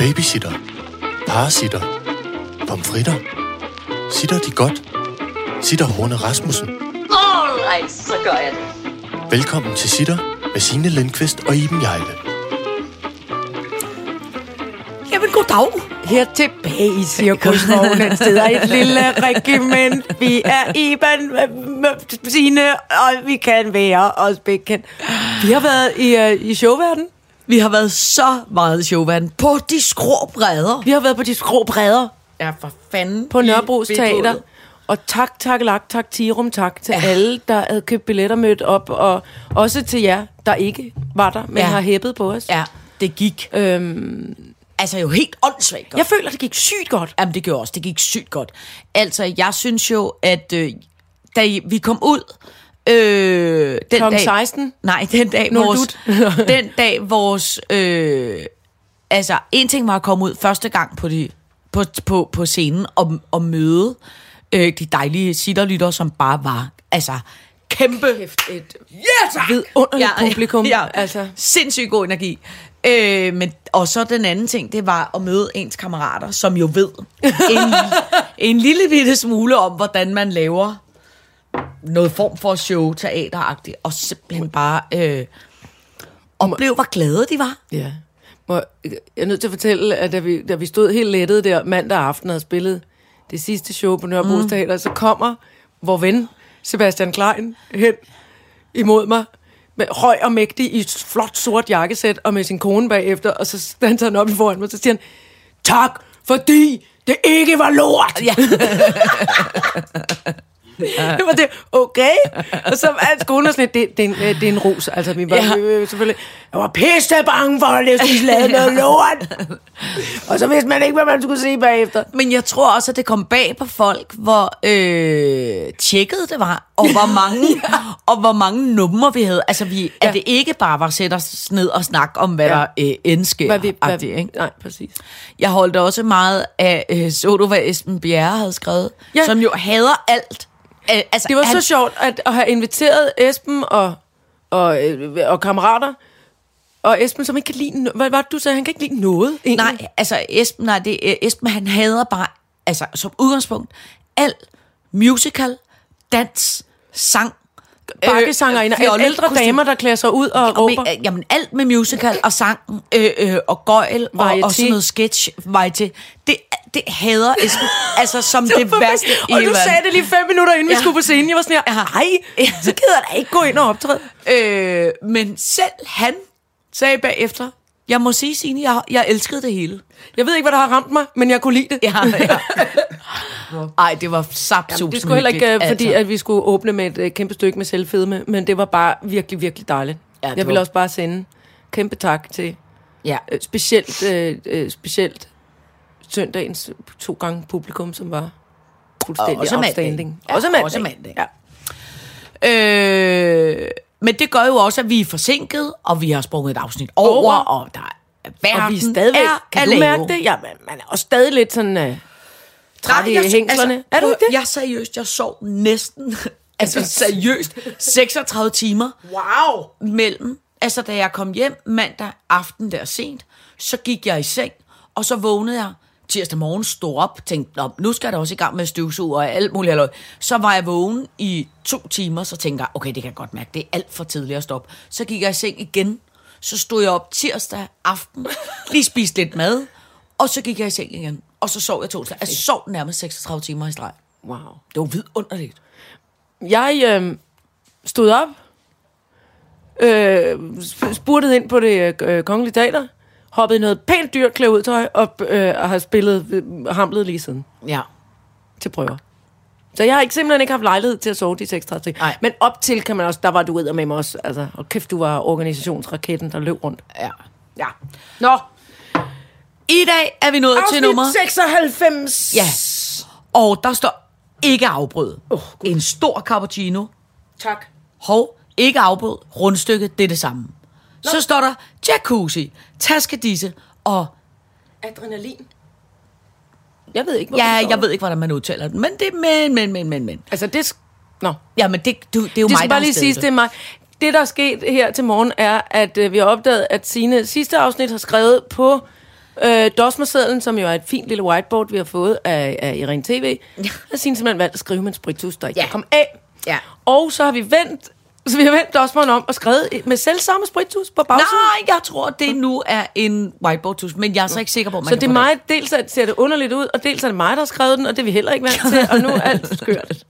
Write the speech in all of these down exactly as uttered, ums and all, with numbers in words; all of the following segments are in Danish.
Babysitter. Parasitter. Pomfritter. Sitter de godt? Sitter Horne Rasmussen. Alright, så gør jeg det. Velkommen til Sitter med Signe Lindqvist og Iben Hjejle. Jamen, goddag. Her tilbage i Cirkusvognen sidder et lille regiment. Vi er Iben, Signe, og vi kan være os bekendt. Vi har været i, uh, i showverden. Vi har været så meget i showverden. På de skrå brædder. Vi har været på de skrå brædder. Ja, for fanden. På Nørrebros Teater. Og tak, tak, lagt, tak, Tirum, tak til ja. alle, der havde købt billetter, mødt op. Og også til jer, der ikke var der, men ja. har hæppet på os. Ja, det gik. Øhm, altså jo helt åndssvagt godt. Jeg føler, det gik sygt godt. Jamen, det gjorde også. Det gik sygt godt. Altså, jeg synes jo, at øh, da vi kom ud... Øh, den klokken dag, seksten? Nej, den dag vores... den dag vores... Øh, altså, en ting var at komme ud første gang på, de, på, på, på scenen og, og møde øh, de dejlige sitterlyttere, som bare var... Altså, kæmpe... Kæft, et yes! vidunderligt ja, publikum. Ja, altså. Sindssygt god energi. Øh, men, og så den anden ting, det var at møde ens kammerater, som jo ved en, en lille bitte smule om, hvordan man laver noget form for show, teateragtigt, og simpelthen bare øh, opleve, hvor glade de var. Ja. Jeg er nødt til at fortælle, at da vi, da vi stod helt lettet der mandag aften og havde spillet det sidste show på Nørrebros Teater, mm. så kommer vor ven Sebastian Klein hen imod mig, med høj og mægtig i flot sort jakkesæt, og med sin kone bagefter, og så standser han op i foran mig, og så siger han, tak, fordi det ikke var lort. Ja. Ja. Det var det, okay. Og så var hans kone sådan, det, det, det, det er en ros. Altså, vi var ja. vi, selvfølgelig... Jeg var pisse bange for, at det skulle lave noget lort. Og så vidste man ikke, hvad man skulle sige bagefter. Men jeg tror også, at det kom bag på folk, hvor øh, tjekket det var, og hvor mange, ja. og hvor mange numre vi havde. Altså, vi, ja. at det ikke bare var at sætte os ned og snakke om, hvad ja. der øh, end sker. Hvad vi, hvad, ikke? Nej, præcis. Jeg holdt også meget af, øh, så du, hvad Esben Bjerre havde skrevet, ja. som jo hader alt. Altså, det var han... så sjovt at, at have inviteret Esben og, og, og kammerater, og Esben, som ikke kan lide... Hvad var det, du sagde? Han kan ikke lide noget, egentlig. Nej, altså Esben, nej, det, Esben, han hader bare, altså som udgangspunkt, al musical, dans, sang, bakkesangerinder, øh, ældre damer, der klæder sig ud og råber. Jamen, alt med musical og sang øh, øh, og gøjl og, og sådan noget sketch, varieté. Det, det hader Esben, altså som det, det værste i Og du sagde det lige fem minutter, inden ja. vi skulle på scenen. Jeg var sådan her, ej, så gider jeg da ikke gå ind og optræde. Øh, men selv han sagde bagefter, jeg må sige, Signe, jeg, jeg elskede det hele. Jeg ved ikke, hvad der har ramt mig, men jeg kunne lide det. Ja, ja. Ej, det var sapsusen. Det skulle heller ikke, altså. fordi at vi skulle åbne med et uh, kæmpe stykke med selvfedme, men det var bare virkelig, virkelig dejligt. Ja, jeg vil var... også bare sende kæmpe tak til ja. uh, specielt, uh, uh, specielt søndagens to gange publikum, som var fuldstændig outstanding. Ja, også mandag. Også mandag. Ja. Øh, men det gør jo også, at vi er forsinket, og vi har sprunget et afsnit over, over. og der er verden og vi er stadigvæk, er kan du mærke det? Ja, man, man er også stadig lidt sådan uh, træt i hængslerne. Altså, er du ikke det? Jeg seriøst, jeg sov næsten, altså seriøst, seksogtredive timer. Wow! Mellem, altså da jeg kom hjem mandag aften der sent, så gik jeg i seng, og så vågnede jeg tirsdag morgen, stod op, tænkte, nu skal jeg da også i gang med støvsuger og alt muligt halløj. Så var jeg vågen i to timer, så tænkte jeg, okay, det kan jeg godt mærke, det er alt for tidligt at stoppe. Så gik jeg i seng igen, så stod jeg op tirsdag aften, lige spiste lidt mad, og så gik jeg i seng igen, og så sov jeg torsdag. Jeg sov nærmest seksogtredive timer i streg. Wow. Det var vidunderligt. Jeg øh, stod op, øh, spurtede ind på det øh, Kongelige Teater, hoppede i noget pænt dyrt klædeudtøj og, øh, og har spillet øh, hamlet lige siden. Ja. Til prøver. Så jeg har ikke, simpelthen ikke haft lejlighed til at sove de seksogtredive timer. Men op til kan man også, der var du ud med mig også. Altså, og kæft, du var organisationsraketten, der løb rundt. Ja. Ja. Nå. I dag er vi nået afsnit til nummer seksoghalvfems. Ja. Og der står ikke afbrød. Oh, en stor cappuccino. Tak. Hov, ikke afbrød. Rundstykket, det er det samme. Nå. Så står der jacuzzi, taskedisse og adrenalin. Jeg ved ikke, hvor Ja, jeg ved ikke, hvordan man udtaler den, men det er men, men, men, men, men. Altså, det... Nå. Ja, men det, du, det er jo det mig, skal bare lige sige, det er mig. Det, der er sket her til morgen, er, at øh, vi har opdaget, at Signe sidste afsnit har skrevet på Øh, Dosmersedlen, som jo er et fint lille whiteboard, vi har fået af, af Irene T V, har Signe simpelthen valgt at skrive med en spritus, der ikke Ja. kan komme af. Ja. Og så har vi vendt, så vi har vendt Dosmeren om og skrevet med selv samme spritus på bagsiden. Nej, jeg tror, det nu er en whiteboard-tus, men jeg er så ikke sikker på, at man Så kan det er få mig, dels er- ser det underligt ud, og dels er det mig, der har skrevet den, og det er vi heller ikke vant til, og nu er alt skørt.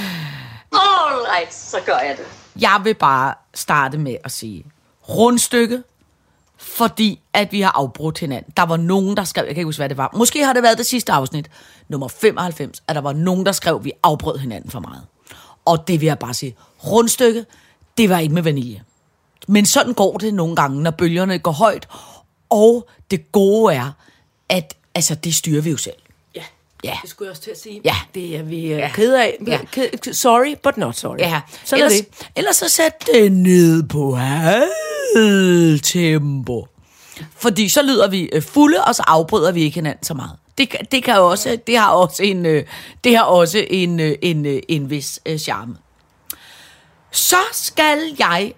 All right, så gør jeg det. Jeg vil bare starte med at sige rundstykke, fordi at vi har afbrudt hinanden. Der var nogen, der skrev, jeg kan ikke huske, hvad det var. Måske har det været det sidste afsnit, nummer femoghalvfems, at der var nogen, der skrev, at vi afbrød hinanden for meget. Og det vil jeg bare sige, rundstykke, det var ikke med vanilje. Men sådan går det nogle gange, når bølgerne går højt. Og det gode er, at altså, det styrer vi jo selv. Ja, Ja. det skulle jeg også til at sige. Ja. Det er vi uh, Ja. kede af. Ja. Ked, sorry, but not sorry. Ja, Sådan ellers, er det. ellers så sæt det ned på halv tempo. Fordi så lyder vi øh, fulde, og så afbryder vi ikke hinanden så meget. Det, kan- det kan også, det har også en, øh, det har også en, øh, en, øh, en vis øh, charme. Så skal jeg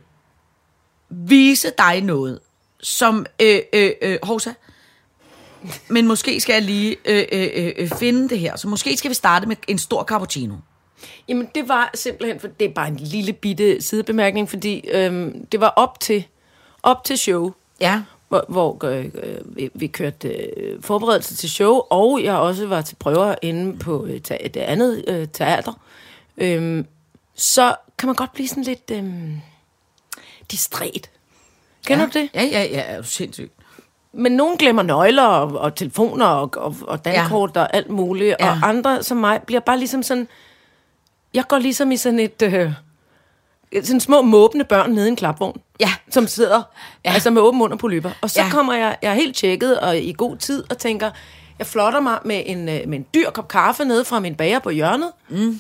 vise dig noget, som øh, øh, øh, Hovsa, men måske skal jeg lige øh, øh, øh, finde det her. Så måske skal vi starte med en stor cappuccino. Jamen, det var simpelthen, for det er bare en lille bitte sidebemærkning, fordi øhm, det var op til, op til show, Ja. hvor, hvor øh, øh, vi, vi kørte øh, forberedelse til show, og jeg også var til prøver inde på øh, te- det andet øh, teater. Øhm, så kan man godt blive sådan lidt øhm, distræt. Kender Ja. du det? Ja, ja, ja, er du sindssygt. Men nogen glemmer nøgler og, og telefoner og, og, og dankort ja. og alt muligt, ja. Ja. og andre som mig bliver bare ligesom sådan... Jeg går ligesom i sådan et... Øh, sådan små måbende børn nede i en klapvogn, Ja. som sidder ja. altså med åben mund og polypper. Og så Ja. ja. kommer jeg, jeg er helt tjekket og i god tid og tænker, jeg flotter mig med en, øh, med en dyr kop kaffe nede fra min bager på hjørnet. Mm.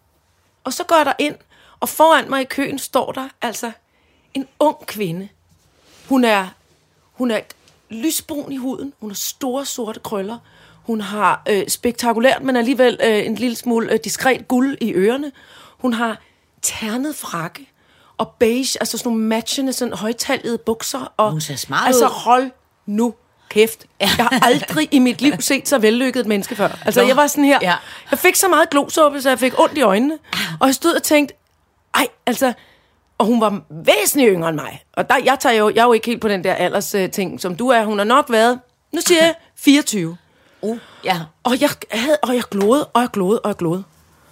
Og så går jeg der ind, og foran mig i køen står der altså en ung kvinde. Hun er, hun er lysbrun i huden, hun har store sorte krøller, hun har øh, spektakulært, men alligevel øh, en lille smule øh, diskret guld i ørerne. Hun har ternet frakke og beige, altså sådan nogle matchende, sådan højtallede bukser. Og, Hun ser smart altså, ud. hold nu kæft. Jeg har aldrig i mit liv set så vellykket et menneske før. Altså, Nå. jeg var sådan her. Ja. Jeg fik så meget glosuppe, så jeg fik ondt i øjnene. Og jeg stod og tænkte, ej, altså... Og hun var væsentligt yngre end mig. Og der, jeg, tager jo, jeg er jo ikke helt på den der alders uh, ting, som du er. Hun har nok været, nu siger jeg, fireogtyve. Uh, ja. Og jeg havde, og jeg glodede, og jeg glodede, og jeg glodede.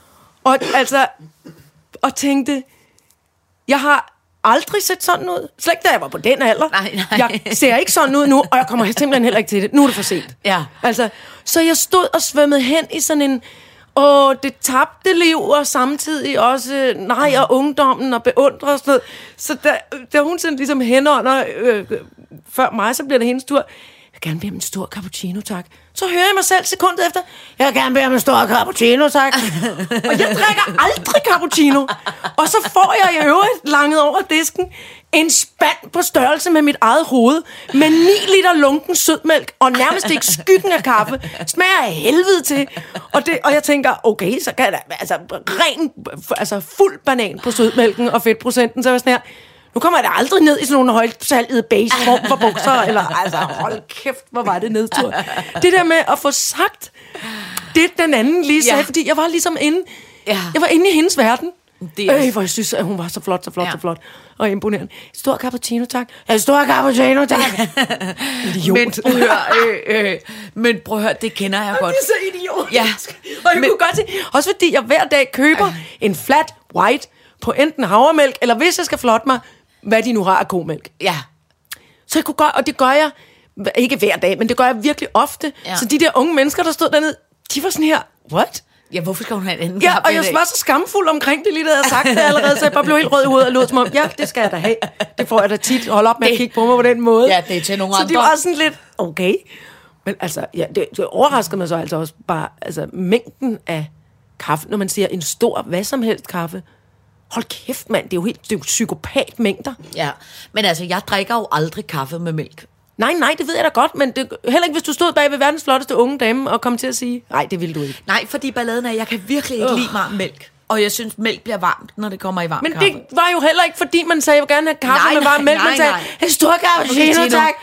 Og altså, og tænkte, jeg har aldrig set sådan ud. Slet ikke, da jeg var på den alder. Nej, nej. Jeg ser ikke sådan ud nu, og jeg kommer simpelthen heller ikke til det. Nu er det for sent. Ja. Altså, så jeg stod og svømmede hen i sådan en, åh, det tabte liv, og samtidig også, nej, og ungdommen, og beundre og sådan noget. Så da, da hun sådan ligesom henånder øh, før mig, så bliver det hendes tur. Jeg vil gerne bede om en stor cappuccino, tak. Så hører jeg mig selv sekundet efter. Jeg vil gerne bede om en stor cappuccino, tak. Og jeg drikker aldrig cappuccino. Og så får jeg i øvrigt langet over disken en spand på størrelse med mit eget hoved, med ni liter lunken sødmælk, og nærmest ikke skyggen af kaffe. Smager af helvede til. Og, det, og jeg tænker, okay, så kan der altså ren, altså fuld banan på sødmælken og fedtprocenten, så var jeg sådan her. Nu kommer jeg da aldrig ned i sådan nogle højtsalgede beige form for bukser, eller altså, hold kæft, hvor var det nedtur. Det der med at få sagt det, den anden lige sagde, Ja. fordi jeg var ligesom inde, Ja. jeg var inde i hendes verden. Det er- Øh, hvor jeg synes, at hun var så flot, så flot, Ja. så flot, og imponerende. Stor cappuccino, tak. Ja, stor cappuccino, tak. Idiot. Men prøv at høre, øh, øh, men prøv at høre, det kender jeg godt. Det er så idiotisk. Ja. Og jeg Men- kunne godt se, også fordi jeg hver dag køber en flat white på enten havremælk, eller hvis jeg skal flotte mig, hvad de nu har af komælk. Ja. Så jeg kunne godt, og det gør jeg, ikke hver dag, men det gør jeg virkelig ofte. Ja. Så de der unge mennesker, der stod dernede, de var sådan her, what? Ja, hvorfor skal hun have en anden Ja, kaffe og i jeg dag? var så skamfuld omkring det lige, da jeg havde sagt det allerede, så jeg bare blev helt rød i hovedet og lød som om, ja, det skal jeg da have. Det får jeg da tit. Hold op med at Det- kigge på mig på den måde. Ja, det er til nogle så andre. Så det var sådan lidt, okay. Men altså, ja, det, det overrasker mig så altså også bare, altså mængden af kaffe, når man siger en stor, hvad som helst kaffe. Hold kæft, mand, det er jo helt det er jo psykopat mængder. Ja, men altså, jeg drikker jo aldrig kaffe med mælk. Nej, nej, det ved jeg da godt, men det, heller ikke, hvis du stod bag ved verdens flotteste unge dame og kom til at sige, nej, det ville du ikke. Nej, fordi balladen er, at jeg kan virkelig ikke Øh. lide varm mælk. Og jeg synes, mælk bliver varmt, når det kommer i varm Men kaffe. det var jo heller ikke, fordi man sagde, jeg vil gerne have kaffe Nej, med varm nej, mælk. Man nej, sagde, nej. en stor cappuccino, Cappuccino. tak.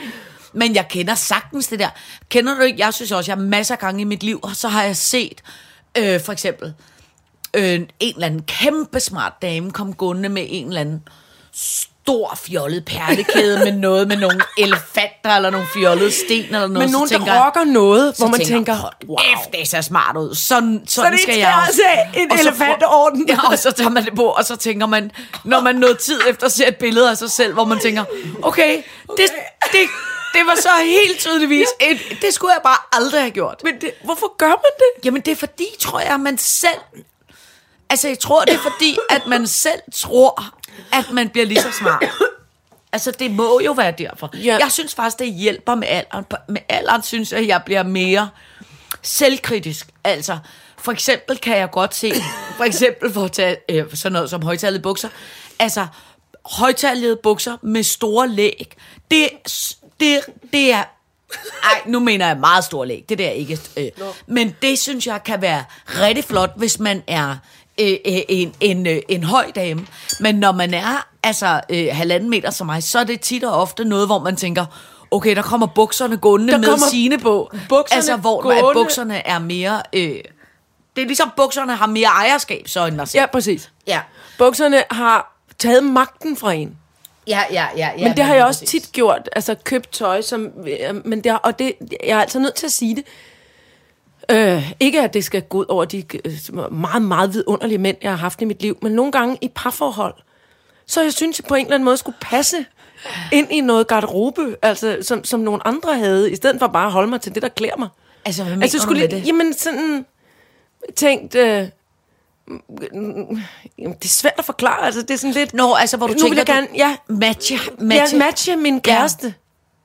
Men jeg kender sagtens det der. Kender du ikke? Jeg synes også, jeg har masser af gange i mit liv, og så har jeg set, øh, for eksempel, øh, en eller anden kæmpe smart dame kom gående med en eller anden stor fjollet perlekæde med noget med nogle elefanter eller nogle fjollede sten eller noget. Men nogen, så tænker, der rocker noget, hvor man tænker, tænker, wow, F, det ser smart ud. Sådan, sådan så det skal skal jeg også have en elefantorden. Ja, og så tager man det på, og så tænker man, når man noget tid efter ser et billede af sig selv, hvor man tænker, okay, det, det, det var så helt tydeligvis, et, det skulle jeg bare aldrig have gjort. Men det, hvorfor gør man det? Jamen det er fordi, tror jeg, at man selv, altså jeg tror, det er fordi, at man selv tror, at man bliver lige så smart. Altså, det må jo være derfor. Ja. Jeg synes faktisk, det hjælper med alderen. Med alderen synes jeg, at jeg bliver mere selvkritisk. Altså, for eksempel kan jeg godt se, for eksempel for at tage øh, sådan noget som højtallede bukser. Altså, højtallede bukser med store læg. Det, det, det er... Ej, nu mener jeg meget store læg. Det der ikke... Øh. Men det synes jeg kan være rigtig flot, hvis man er... Øh, en, en, øh, en høj dame. Men når man er altså øh, halvanden meter som mig, så er det tit og ofte noget, hvor man tænker, okay, der kommer bukserne gående Der med kommer sine på. bukserne Altså, hvor gående. at bukserne er mere... Øh, det er ligesom, bukserne har mere ejerskab, så end dig selv. Ja, præcis. Ja. Bukserne har taget magten fra en. Ja, ja, ja, ja. Men det har jeg også præcis. tit gjort, altså købt tøj, som, men det, og det, jeg er altså nødt til at sige det. Øh, ikke at det skal gå ud over de øh, meget, meget vidunderlige mænd, jeg har haft i mit liv, men nogle gange i parforhold, så jeg synes, jeg på en eller anden måde skulle passe ind i noget garderobe, altså som, som nogle andre havde, i stedet for bare at holde mig til det, der klæder mig. Altså, hvad mener altså, du skulle med jeg, det? Jamen sådan tænkt... Øh, det er svært at forklare, altså det er sådan lidt... Nå, altså, hvor du nu tænker, vil jeg gerne, ja, matche, matche. Ja, matche min kæreste. Ja.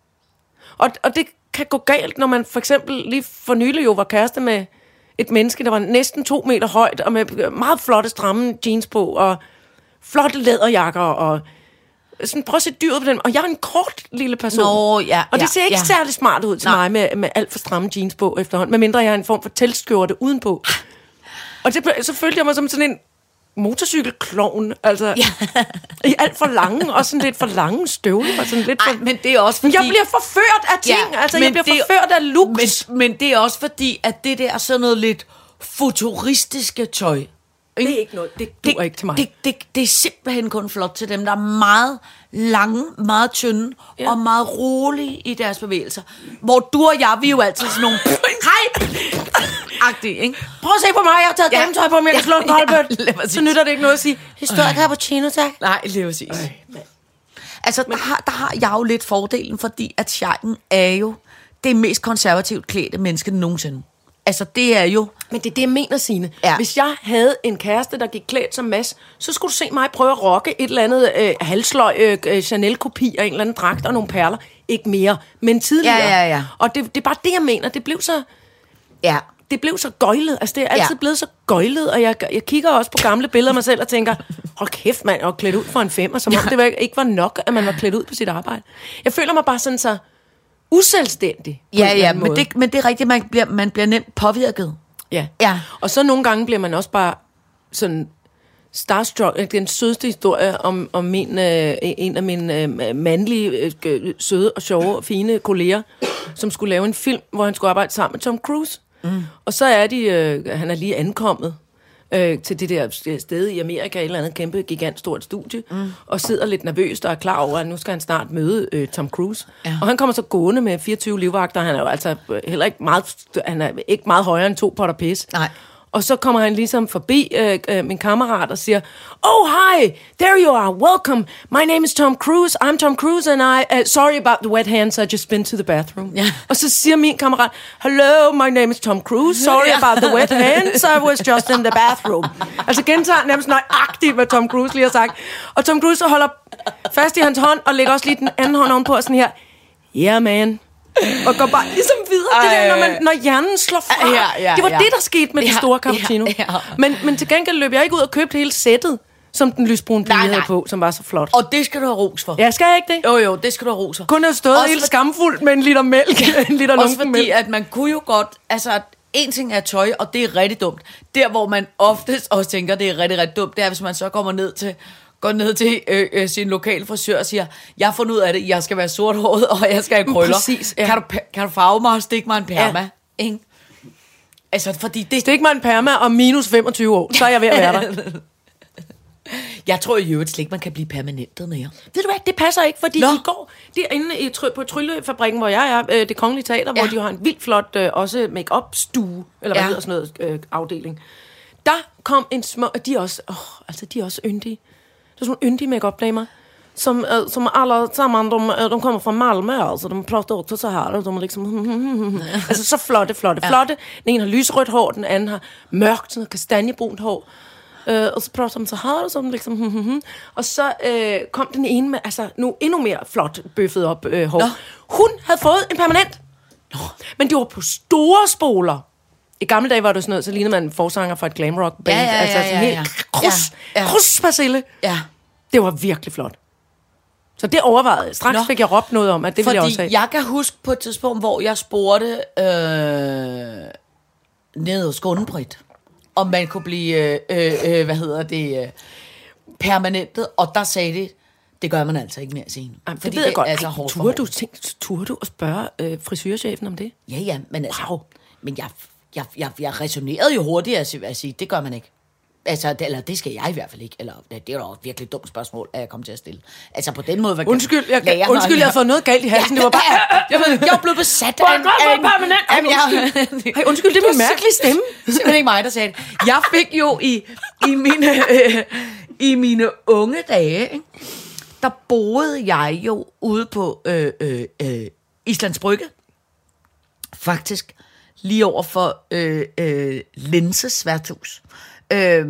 Og, og det kan gå galt, når man for eksempel lige for nylig jo var kæreste med et menneske, der var næsten to meter højt, og med meget flotte, stramme jeans på, og flotte læderjakker, og sådan, prøv at se dyret på den. Og jeg er en kort lille person. Nå, ja, og det ja, ser ikke ja. særlig smart ud til Nej. mig, med, med alt for stramme jeans på efterhånden, medmindre jeg har en form for teltskjorte udenpå. Og det, så følte jeg mig som sådan en motorcykelklovn, altså ja. I alt for lange, og sådan lidt for lange støvler, og sådan lidt for... Ej, men det er også fordi... Jeg bliver forført af ting, ja, altså jeg bliver det, forført af looks. Men, men det er også fordi, at det der er sådan noget lidt futuristiske tøj. Det er ikke noget, det duer ikke til mig. Det, det, det er simpelthen kun flot til dem, der er meget lange, meget tynde, ja. Og meget rolige i deres bevægelser. Hvor du og jeg, vi er jo altid sådan nogle... Hej! Agtig, ikke? Prøv at se på mig, jeg har taget ja. dametøj på, om jeg kan slå en holdbøt. Ja, så nytter det ikke noget at sige, historie cappuccino, tak. Nej, lige præcis. Altså, der har, der har jeg jo lidt fordelen, fordi at Scheiden er jo det mest konservativt klædte menneske nogensinde. Altså, det er jo... Men det er det, jeg mener, Signe. Ja. Hvis jeg havde en kæreste, der gik klædt som Mads, så skulle du se mig prøve at rocke et eller andet øh, halsløg, øh, Chanel-kopi af en eller anden dragt og nogle perler. Ikke mere, men tidligere. Ja, ja, ja. Og det, det er bare det, jeg mener. Det blev så... Ja. Det blev så gøjlet. Altså, det er altid Ja. blevet så gøjlet, og jeg, jeg kigger også på gamle billeder af mig selv og tænker, hold kæft, mand, jeg var klædt ud for en femmer, som om det var, ikke var nok, at man var klædt ud på sit arbejde. Jeg føler mig bare sådan så uselvstændig. på en Ja, eller ja, anden men måde. det, men det er rigtigt, man bliver, man bliver nemt påvirket. Ja. Ja. Og så nogle gange bliver man også bare sådan starstruck. Den sødeste historie om, om min, øh, en af mine øh, mandlige, øh, søde og sjove og fine kolleger, som skulle lave en film, hvor han skulle arbejde sammen med Tom Cruise. Mm. Og så er de, øh, han er lige ankommet øh, til det der sted i Amerika, et eller andet kæmpe, gigant, stort studie, mm. og sidder lidt nervøst og er klar over, at nu skal han snart møde øh, Tom Cruise. Ja. Og han kommer så gående med fireogtyve livvagter. Han er jo altså heller ikke meget, han er ikke meget højere end to potter pis. Nej. Og så kommer han ligesom forbi øh, øh, min kammerat og siger, oh, hi, there you are, welcome. My name is Tom Cruise, I'm Tom Cruise, and I, uh, sorry about the wet hands, I just been to the bathroom. Ja. Og så siger min kammerat, hello, my name is Tom Cruise, sorry Ja. about the wet hands, I was just in the bathroom. Altså gentager nærmest nøjagtigt, hvad Tom Cruise lige har sagt. Og Tom Cruise så holder fast i hans hånd, og lægger også lige den anden hånd ovenpå, og sådan her, yeah, man. Og går bare ligesom videre. Ej, det der, når, man, når hjernen slår fra. Ja, ja, det var ja. det, der skete med ja, det store cappuccino. Ja, ja. Men, men til gengæld løb jeg ikke ud og købte hele sættet, som den lysbrune pige Nej, havde nej. på, som var så flot. Og det skal du have ros for. Ja, skal jeg ikke det? Jo, jo, det skal du have ros for. Kun have stået Også helt for- skamfuldt med en liter mælk. en liter Også lunken fordi, mælk. at man kunne jo godt... Altså, en ting er tøj, og det er rigtig dumt. Der, hvor man oftest også tænker, det er rigtig, rigtig dumt, det er, hvis man så kommer ned til går ned til øh, øh, sin lokale frisør og siger, jeg har fundet ud af det, jeg skal være sorthåret, og jeg skal have krøller. Præcis, ja. Kan du, kan du farve mig og stikke mig en perma? Ja. Ikke? Altså, fordi det... Stik mig en perma om minus femogtyve år, så er jeg ved at være der. Jeg tror i øvrigt slet ikke, man kan blive permanentet mere. Ved du hvad, det passer ikke, fordi Nå. i går, derinde i, på Tryllefabrikken, hvor jeg er, øh, det Kongelige Teater, ja. hvor de har en vildt flot øh, også make-up-stue, eller hvad Ja. hedder sådan noget, øh, afdeling. Der kom en små, og de er også, åh, altså de er også yndige. Det er sådan nogle yndige make-up-damer, som, øh, som alle sammen, de, de kommer fra Malmö, altså de prater også så her, og de er liksom, altså så flotte, flotte, ja. flotte. Den ene har lysrødt hår, den anden har mørkt, sådan kastanjebrunt hår. Uh, og så prater de så her, og så liksom, hm, hm, hm. Og så uh, kom den ene med, altså nu endnu mere flot bøffet op uh, hår. Nå. Hun havde fået en permanent. Nå. Men det var på store spoler. I gamle dage var det sådan noget, så lignede man en forsanger fra et glam rock band. Ja, ja, ja, altså sådan ja, ja. helt krus, Ja, ja. krus persille. Ja. Det var virkelig flot. Så det overvejede jeg. Straks Nå. fik jeg råbt noget om, at det ville jeg også have. Fordi jeg kan huske på et tidspunkt, hvor jeg spurgte øh, nede hos Skånebrit, om man kunne blive, øh, øh, hvad hedder det, øh, permanentet, og der sagde de, det gør man altså ikke mere senere. Jamen, det ved jeg godt. Altså Ej, turde du, tænk, turde du at spørge øh, frisørchefen om det? Ja, ja, men altså, Wow. men jeg, jeg, jeg, jeg resonerede jo hurtigt at sige, at sige, det gør man ikke. Altså, det, eller det skal jeg i hvert fald ikke. Eller det, det er jo et virkelig dumt spørgsmål, at jeg kom til at stille. Altså på den måde... Undskyld, jeg, lærer, undskyld, jeg har fået noget galt i halsen. Ja, det var bare... jeg, ved, jeg er blevet besat Hvor af er en... godt, af en- hvor permanent. Ej, Jamen, jeg- Hey, undskyld, det er min mærkelige stemme. Simpelthen ikke mig, der sagde det. Jeg fik jo i, i, mine, øh, i mine unge dage, ikke, der boede jeg jo ude på øh, øh, øh, Islands Brygge. Faktisk lige over for øh, øh, Lenses værtshus. Øh,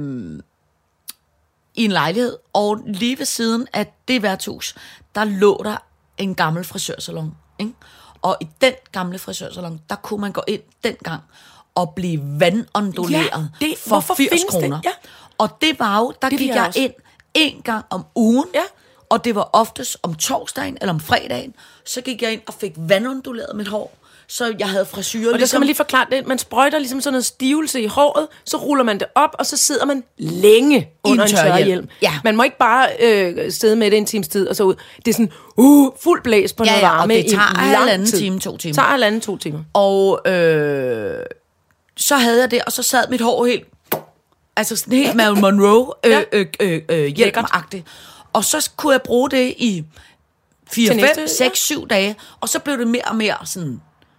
I en lejlighed. Og lige ved siden af det værtshus, der lå der en gammel frisørsalon. Ikke? Og i den gamle frisørsalon, der kunne man gå ind dengang og blive vandondoleret Ja, det- for hvorfor firs findes det? kroner. Ja. Og det var jo, der Det gik vil jeg jeg også. ind en gang om ugen, Ja. og det var oftest om torsdagen eller om fredagen, så gik jeg ind og fik vandondoleret mit hår, så jeg havde frisyrer. Og der skal man lige forklare det. Man sprøjter ligesom sådan noget stivelse i håret, så ruller man det op, og så sidder man længe under en tørhjelm. tørhjelm. Ja. Man må ikke bare øh, sidde med det en times tid, og så ud. Det er sådan, uh, fuld blæs på Ja, noget ja, og varme det i tager lang halvanden tid. time, to timer. Det tager halvanden, to timer. Og øh, så havde jeg det, og så sad mit hår helt, altså sådan helt Marilyn Monroe øh, Ja. øh, øh, øh, hjælpagtigt. Og så kunne jeg bruge det i fire, Til fem, næste, seks, syv dage, og så blev det mere og mere sådan,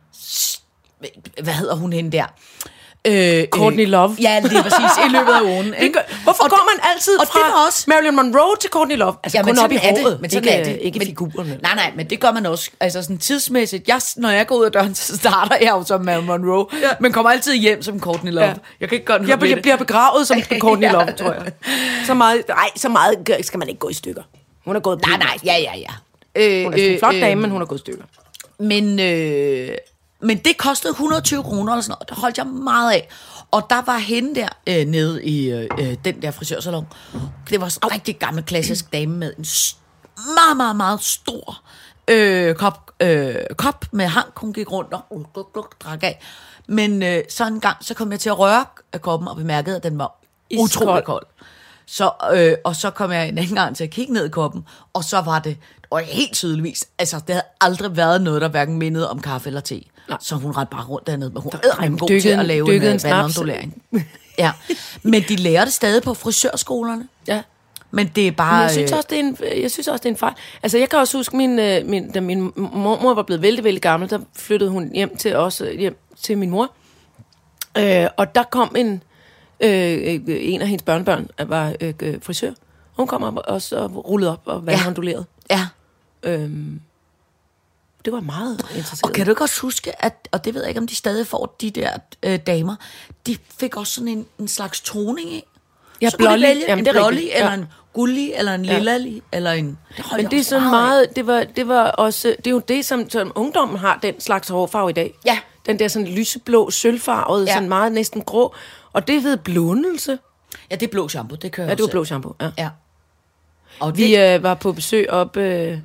hvad hedder hun hende der? Øh, Courtney Love. Ja, lige præcis, i løbet af ugen. Det Ikke? gør, hvorfor og går det, man altid og fra det var også, Marilyn Monroe til Courtney Love? Altså ja, kun op i sådan er håret, det, men sådan ikke, er det. ikke men, figurerne. Nej, nej, men det gør man også. Altså sådan tidsmæssigt. Jeg, når jeg går ud af døren, så starter jeg jo som Marilyn Monroe, ja. men kommer altid hjem som Courtney Love. Ja. Jeg kan ikke gøre noget Jeg, ved jeg det. bliver begravet som Courtney Ja. Love, tror jeg. Så meget, nej, så meget skal man ikke gå i stykker. Hun er gået Nej, nej, ja, ja, ja. Øh, Hun er en flot dame, men hun er gået i stykker. Men, øh, men det kostede et hundrede og tyve kroner eller sådan noget. Det holdt jeg meget af. Og der var hende der øh, nede i øh, den der frisørsalon. Det var en rigtig gammel klassisk dame med en s- meget, meget, meget stor øh, kop, øh, kop med hank. Hun gik rundt og uh, gluk, gluk, drak af. Men øh, så en gang, så kom jeg til at røre koppen og bemærkede, at den var Iskold. utrolig kold. Så, øh, og så kom jeg en anden gang til at kigge ned i koppen, og så var det, og helt tydeligvis, altså det havde aldrig været noget, der hverken mindede om kaffe eller te. Nej. Så hun rendte bare rundt dernede, men hun er god til at lave dykkede en, en en snaps. vandondolering. Ja, men de lærer det stadig på frisørskolerne. Ja. Men det er bare... Men jeg synes også, det er en, jeg synes også, det er en fejl. Altså, jeg kan også huske, min, øh, min, da min mormor var blevet vældig, vældig gammel, der flyttede hun hjem til os, øh, hjem til min mor. Øh, og der kom en, øh, en af hendes børnebørn, der var øh, frisør. Hun kom op og så rullede op og vandondolerede. Ja. Øhm, det var meget interessant. Og kan du ikke også huske, at, og det ved jeg ikke, om de stadig får, de der øh, damer, de fik også sådan en, en slags toning i. Ja, så kunne de blålig. vælge Jamen, en det er blålig, rigtigt. eller Ja. en gullig, eller en Ja. lillali, eller en... Det Men det er sådan meget, det var, det var også, det er jo det, som, som ungdommen har, den slags hårfarve i dag. Ja. Den der sådan lyseblå, sølvfarvede, Ja. sådan meget næsten grå. Og det hed blundelse. Ja, det er blå shampoo, det kører Ja, det var blå shampoo, ja. Ja. Og Vi det, øh, var på besøg op øh,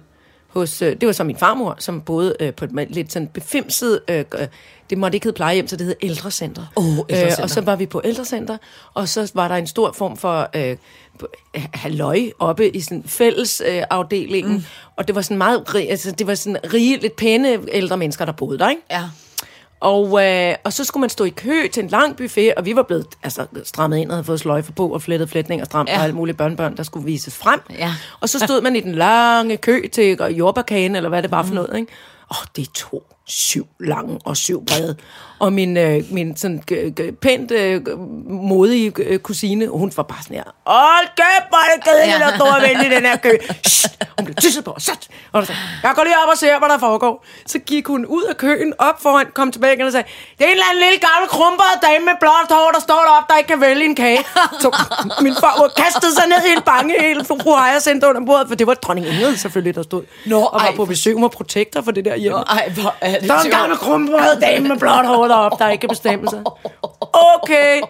hos, øh, det var så min farmor, som boede øh, på et lidt sådan befimset, øh, det måtte ikke hedde plejehjem, så det hed ældrecenter. Oh, ældrecenter. Øh, og så var vi på ældrecenter, og så var der en stor form for øh, halløj oppe i sådan fælles øh, afdelingen, mm. og det var sådan meget, altså det var sådan rige, lidt pæne ældre mennesker, der boede der, ikke? Ja. Og, øh, og så skulle man stå i kø til en lang buffet, og vi var blevet altså, strammet ind og havde fået sløjfer på og flettet flætning og stramt ja. og alle mulige børnebørn, der skulle vises frem. Ja. Og så stod man i den lange kø til jordbærkagen, eller hvad det var for noget, ikke? Åh, oh, det tog syv lange og syv brede. Og min, øh, min sådan g- g- pænt øh, modige øh, kusine, hun var bare sådan her, hold kæft, hvor er det kedeligt, der står og vente i den her kø. Shh, hun blev tysset på, sat. Og så, jeg går lige op og ser, hvad der foregår. Så gik hun ud af køen, op foran, kom tilbage igen og sagde, det er en eller anden lille gammel krumperet dame med blåt hår, der står deroppe, der ikke kan vælge en kage. Så min far kastede sig ned i en bange, hele fru Ejer sendte under bordet, for det var dronning Ingrid selvfølgelig, der stod. Nå, og var ej, på besøg med protektor for det der hjemme. Nå, ej, hvor er det der er en gammel krumperet dame med blåt hår deroppe, der ikke kan bestemme sig. Okay.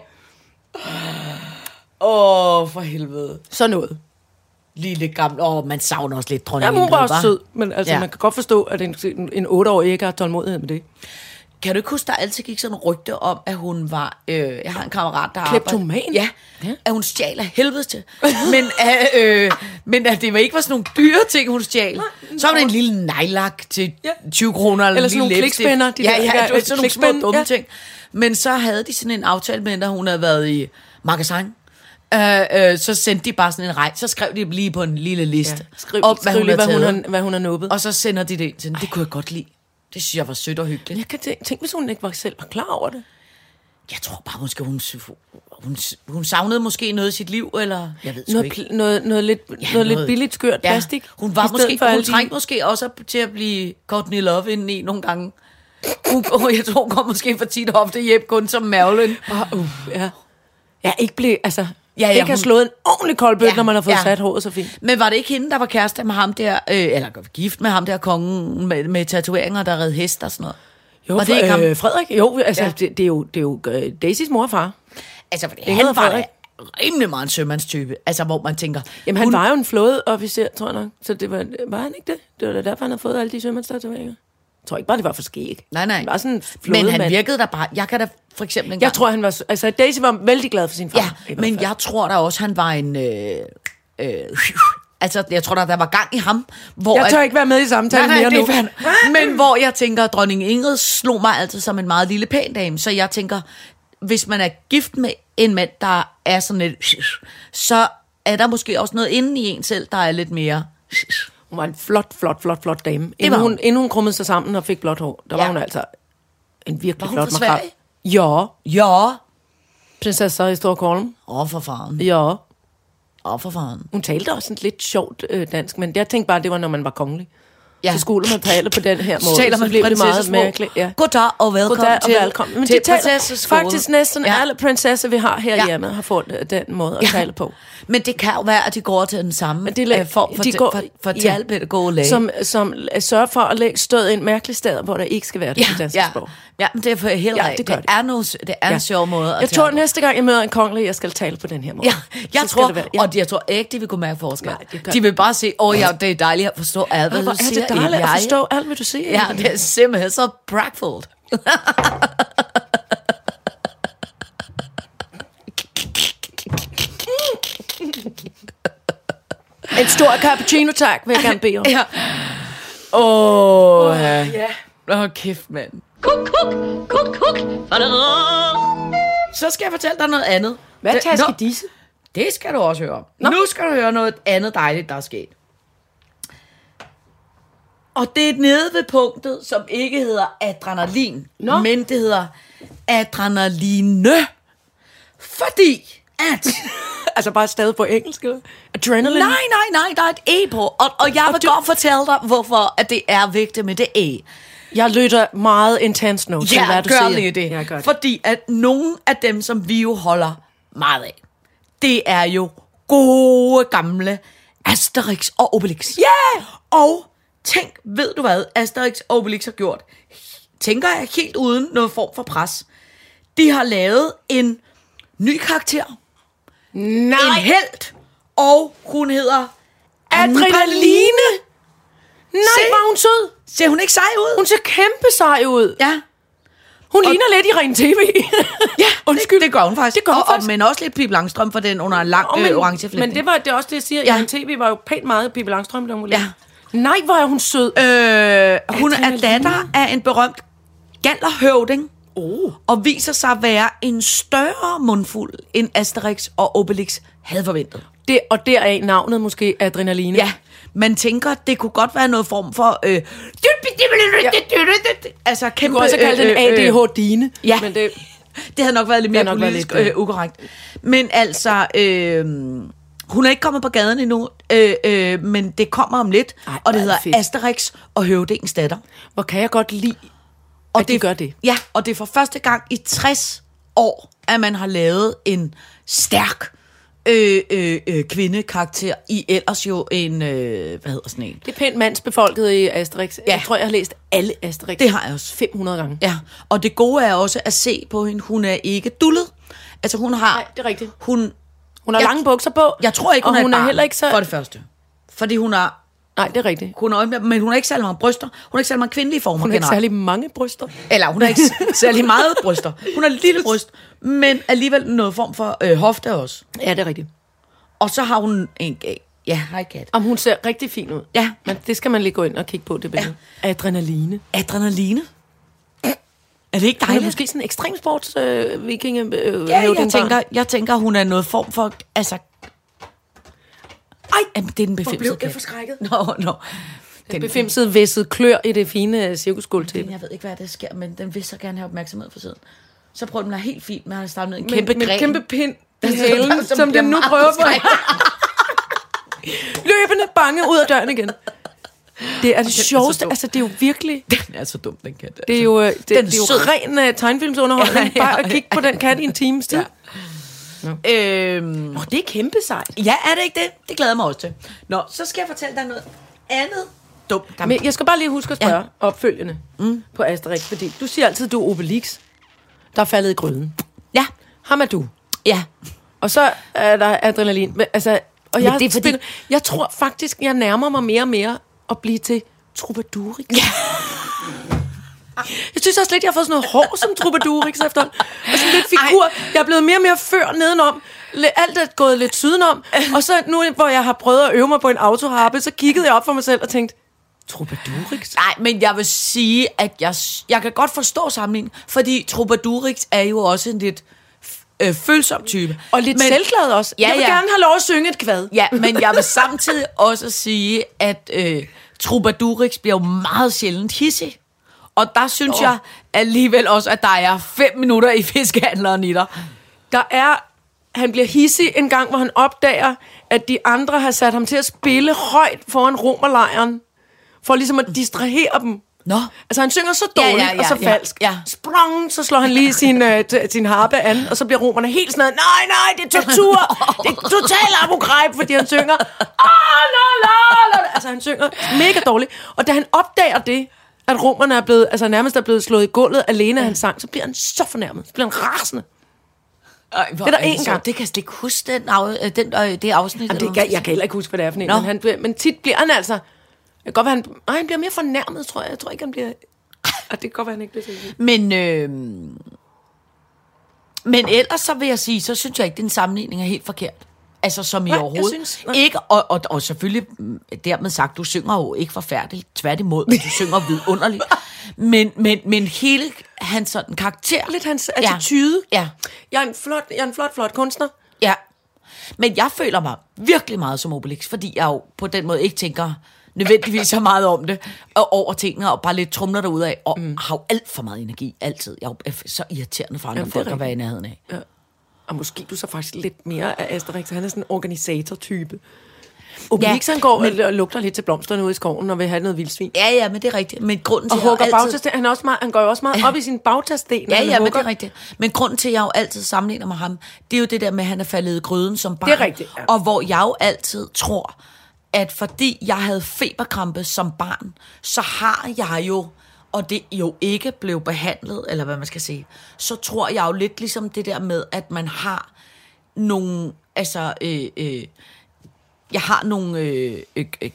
Åh, oh, for helvede. Så noget. Lille gammel. Åh, oh, man savner også lidt dronning Ingrid. Ja, hun var Ingrid, også sød, men altså, ja. man kan godt forstå, at en, en, en otteårig ikke har tålmodighed med det. Kan du ikke huske, der altid gik sådan en rygte om, at hun var... Øh, jeg har en kammerat, der kleptoman? Arbejder, ja, ja, at hun stjal af helvede til. men, øh, men at det var ikke var sådan nogle dyre ting, hun stjal. Så var det en lille nejlak til tyve kroner. Eller, eller sådan nogle klikspænder. Ja, ja, ja, det var sådan nogle små dumme ja. ting. Men så havde de sådan en aftale med hende, da hun havde været i magasin. Øh, øh, så sendte de bare sådan en rej. Så skrev de lige på en lille liste. Ja. Skriv, op, hvad, skriv hun lige, hvad, hun har, hvad hun har nubbet. Og så sender de det ind til hende. Det kunne jeg godt lide. Det synes jeg var sødt og hyggeligt. Jeg kan tænke, tænk, hvis hun ikke var selv var klar over det. Jeg tror bare, måske hun, hun, hun savnede måske noget i sit liv, eller jeg ved sgu noget, ikke. Noget, noget, lidt, ja, noget, noget lidt billigt skørt ja, plastik. Hun, var måske, hun trængte måske også til at blive Courtney Love indeni nogle gange. Hun, jeg tror, hun kom måske for tit ofte hjem kun som Marilyn. Oh, uh, ja. Jeg ikke blev, altså... Ja, ja, ikke har hun... slået en ordentlig koldbøt, ja, når man har fået ja. sat håret så fint. Men var det ikke hende, der var kæreste med ham der, øh, eller gift med ham der kongen med, med tatoveringer, der red hest og sådan noget? Jo, var det ikke ham? Øh, Frederik, jo, altså, ja. det, det er jo, det er jo uh, Daisys mor og far. Altså, fordi han var Frederik. Rimelig meget en sømandstype, altså hvor man tænker... Jamen, han hun... var jo en flådeofficer, tror jeg nok, så det var, var han ikke det? Det var da derfor, han havde fået alle de sømandstatoveringer. Jeg tror ikke bare, det var for skæg. Nej, nej. Han var sådan men han virkede der bare... Jeg kan da for eksempel en Jeg gang... tror, han var... Altså, Daisy var vældig glad for sin far. Ja, men jeg tror da også, han var en... Øh, øh, altså, jeg tror da, der var gang i ham. Hvor jeg tør at, ikke være med i samtalen nej, nej, mere nu. Fan, men hvor jeg tænker, at dronning Ingrid slog mig altid som en meget lille pæn dame. Så jeg tænker, hvis man er gift med en mand, der er sådan lidt... Så er der måske også noget inde i en selv, der er lidt mere... Hun var en flot, flot, flot, flot dame. Inden hun, inden hun krummede sig sammen og fik blåt hår, der ja. var hun altså en virkelig var flot makrel. Ja. Ja. Prinsesser i Stockholm. Åh, for faren. Ja. Åh, for faren. Hun talte også sådan lidt sjovt øh, dansk, men jeg tænkte bare, det var, når man var kongelig. Ja. Så skulle man tale på den her måde. Så taler man så blev det meget mærkeligt. Ja. Goddag og velkommen Goddag og til, velkommen. Men til de taler faktisk næsten ja. alle prinsesser, vi har herhjemme, ja. har fået den måde at ja. tale på. Men det kan jo være, at de går til den samme men de form for, de går, for, for ja. talpædagog læge. Som, som sørger for at lægge stød ind mærkelige steder, hvor der ikke skal være det ja. på dansk ja. sprog. Ja, men det er for helt ja, det, det. det er, nogle, det er ja. en sjov måde at jeg tror, næste gang jeg møder en kongelig, jeg skal tale på den her måde. Ja, jeg tror, det være, ja. og jeg tror ikke, de vil kunne mærke forskel. De vil bare sige, åh ja, det er dejligt at forstå alt, hvad du siger. Det er dejligt at forstå alt, hvad du siger. Ja, det er simpelthen så bragtfuldt. En stor cappuccino, tak, vil jeg gerne bede om. Ja. Åh, oh, ja. ja. Åh, oh, kæft, mand. Kuk, kuk, kuk, kuk. Så skal jeg fortælle dig noget andet. Hvad tager disse? Det skal du også høre om. Nå. Nu skal du høre noget andet dejligt, der er sket. Og det er nede ved punktet, som ikke hedder adrenalin, Nå. men det hedder adrenaline. Fordi at... altså bare stadig på engelsk, eller? Adrenaline? Nej, nej, nej, der er et E på. Og, og jeg vil og du... godt fortælle dig, hvorfor at det er vigtigt med det E. Jeg lytter meget intens nu til, ja, hvad du gør siger. Lige det. Ja, gør det. Fordi at nogle af dem, som vi jo holder meget af, det er jo gode gamle Asterix og Obelix. Ja! Yeah! Og tænk, ved du hvad Asterix og Obelix har gjort? Tænker jeg helt uden noget form for pres. De har lavet en ny karakter. Nej! En helt. Og hun hedder Adrenaline. Nej, Se. var hun sød. Ser hun ikke sej ud? Hun ser kæmpe sej ud. Ja. Hun og... ligner lidt i Ren T V. Ja, undskyld. Det, det gør hun faktisk. Det gør hun og, faktisk. Og, men også lidt Pippi Langstrømpe for den under en lang oh, men, øh, orange flætning. Men det var det også det, jeg siger. Ja. Ren T V var jo pænt meget Pippi Langstrømpe, da hun var Ja. lille. Nej, hvor er hun sød. Øh, hun er datter af en berømt gallerhøvding. Oh. Og viser sig at være en større mundfuld end Asterix og Obelix havde forventet. Det, og deraf navnet måske Adrenaline. Ja, man tænker, det kunne godt være noget form for... Øh, ja. Altså kæmpe... Du kunne også kalde den A D H Dine. Ja, men det, det havde nok været lidt mere nok politisk lidt, øh, ukorrekt. Men altså, øh, hun er ikke kommet på gaden endnu, øh, øh, men det kommer om lidt, Ej, og det hvor er hedder det fedt. Asterix og Høvdingens datter. hvor kan jeg godt lide, Og at de gør det. Ja, og det er for første gang i tres år, at man har lavet en stærk øh, øh, øh, kvindekarakter i ellers jo en, øh, hvad hedder sådan en? Det er pænt mandsbefolket i Asterix. Ja. Jeg tror, jeg har læst alle Asterix. Det har jeg også. fem hundrede gange. Ja, og det gode er også at se på hende, hun er ikke dullet. Altså hun har... Nej, det er rigtigt. Hun, Hun har jeg, lange bukser på. jeg tror ikke, hun, og er, hun et er barn, heller ikke så... for det første. Fordi hun har... Nej, det er rigtigt. Hun er, men hun har ikke særlig mange bryster. Hun har ikke særlig mange kvindelige former. Hun har ikke generelt. særlig mange bryster. Eller hun har ikke særlig meget bryster. Hun har et lille bryst, men alligevel noget form for øh, hofte også. Ja, det er rigtigt. Og så har hun en... Ja, hej kat. Om hun ser rigtig fin ud. Ja. Men det skal man lige gå ind og kigge på, det billede. Ja. Adrenaline. Adrenaline. Er det ikke Hun er dejligt? måske sådan en ekstremsports øh, viking øh, Ja, jeg tænker, jeg tænker, hun er noget form for... Altså... Ej, jamen, det er den befimsede kat. forskrækket? Nå, nå. Den befimsede væsset klør i det fine cirkusgulvtæppe. Jeg ved ikke, hvad der sker, men den vil så gerne have opmærksomhed for tiden. Så prøv den er helt fint med at have startet med en Men- kæmpe men gren. kæmpe pind i Der- halen, som som bliver den nu meget prøver på. forskrækket. Løbende bange ud af døren igen. Det er det så sjoveste. dum. Altså, det er jo virkelig... Den er så dum, den kat. Altså. Det er jo, øh, det, det Den er jo sød. ren uh, tegnfilmsunderholdning. Ja, ja, Bare at kigge på den kat i en times tid. Ja. Øhm, Nå, det er kæmpe sejt. ja, er det ikke det? Det glæder jeg mig også til. Nå, så skal jeg fortælle dig noget andet dumt. Der... Men jeg skal bare lige huske at spørge Ja. ja. opfølgende mm. på Asterix, fordi du siger altid, du er Obelix, der er faldet i gryden. Ja, Ham er du. ja. Og så er der adrenalin. Men, altså, og jeg, det er fordi- spiller, jeg tror faktisk, jeg nærmer mig mere og mere at blive til Troubadourix. Ja. Jeg synes også lidt, jeg har fået sådan noget hår som Troubadourix efterhånden. Og sådan lidt figur. Ej. Jeg er blevet mere og mere før nedenom. Alt er gået lidt sydenom. Og så nu, hvor jeg har prøvet at øve mig på en autoharpe, så kiggede jeg op for mig selv og tænkte, Troubadourix? Nej, men jeg vil sige, at jeg, jeg kan godt forstå sammenligningen, fordi Troubadourix er jo også en lidt øh, følsom type. Og lidt men, selvglad også. Ja, jeg vil ja. gerne have lov at synge et kvad. Ja, men jeg vil samtidig også sige, at øh, Troubadourix bliver jo meget sjældent hissig. Og der synes oh. jeg alligevel også, at der er fem minutter i fiskehandleren i dig. Der er, han bliver hissig en gang, hvor han opdager, at de andre har sat ham til at spille højt foran romerlejren, for ligesom at distrahere dem. Nå. Altså han synger så Ja, dårligt ja, ja, og så ja, falsk. ja. Sprang, så slår han lige sin, øh, t- sin harpe an, og så bliver romerne helt sådan noget, nej, nej, det er tortur. Det er total abu-greb, fordi han synger, ah, la, la, la. Altså han synger mega dårligt. Og da han opdager det, at romerne er blevet, altså nærmest er blevet slået i gulvet alene af hans sang, så bliver han så fornærmet. Så bliver han rasende. Ej, det er der én gang. Det kan jeg slet ikke huske, den, af, den, øh, det afsnit. Jamen, det kan, jeg kan heller ikke huske, hvad det er for en, Nå. men, han, bliver- men tit bliver han altså... Det kan godt være, han, nej, han bliver mere fornærmet, tror jeg. Jeg tror ikke, han bliver... Og det kan godt være, han ikke bliver til. Men, øh, men ellers så vil jeg sige, så synes jeg ikke, den sammenligning er helt forkert. Altså som i Nej, jeg overhovedet. synes- nej. Ikke, og, og, og selvfølgelig mm, dermed sagt, du synger jo ikke forfærdeligt. Tværtimod, du synger vidunderligt. Men, men, men hele hans sådan karakter. Lidt hans attitude. Ja. Jeg er en flot, jeg er en flot, flot kunstner. Ja. Men jeg føler mig virkelig meget som Obelix, fordi jeg jo på den måde ikke tænker nødvendigvis så meget om det, og over tingene, og bare lidt trumler derudad, og mm. har jo alt for meget energi, altid. Jeg er jo så irriterende for andre Jamen, det er folk at være i rigtigt. nærheden af. Ja. Og måske du så faktisk lidt mere af Asterix. Han er sådan en organisator-type. Obelix, ja, han går men... og lugter lidt til blomsterne ude i skoven og vil have noget vildsvin. Ja, ja, men det er rigtigt. Men grunden til, Og jeg hugger altid... bagtasten. Han, er også meget, han går jo også meget op i sin bagtasten. Ja, ja, men det er rigtigt. Men grunden til, at jeg jo altid sammenligner med ham, det er jo det der med, at han er faldet i gryden som barn. Det er rigtigt, ja. Og hvor jeg jo altid tror, at fordi jeg havde feberkrampe som barn, så har jeg jo, og det jo ikke blev behandlet, eller hvad man skal sige, så tror jeg jo lidt ligesom det der med, at man har nogle, altså, øh, øh, jeg har nogle øh, øh, øh,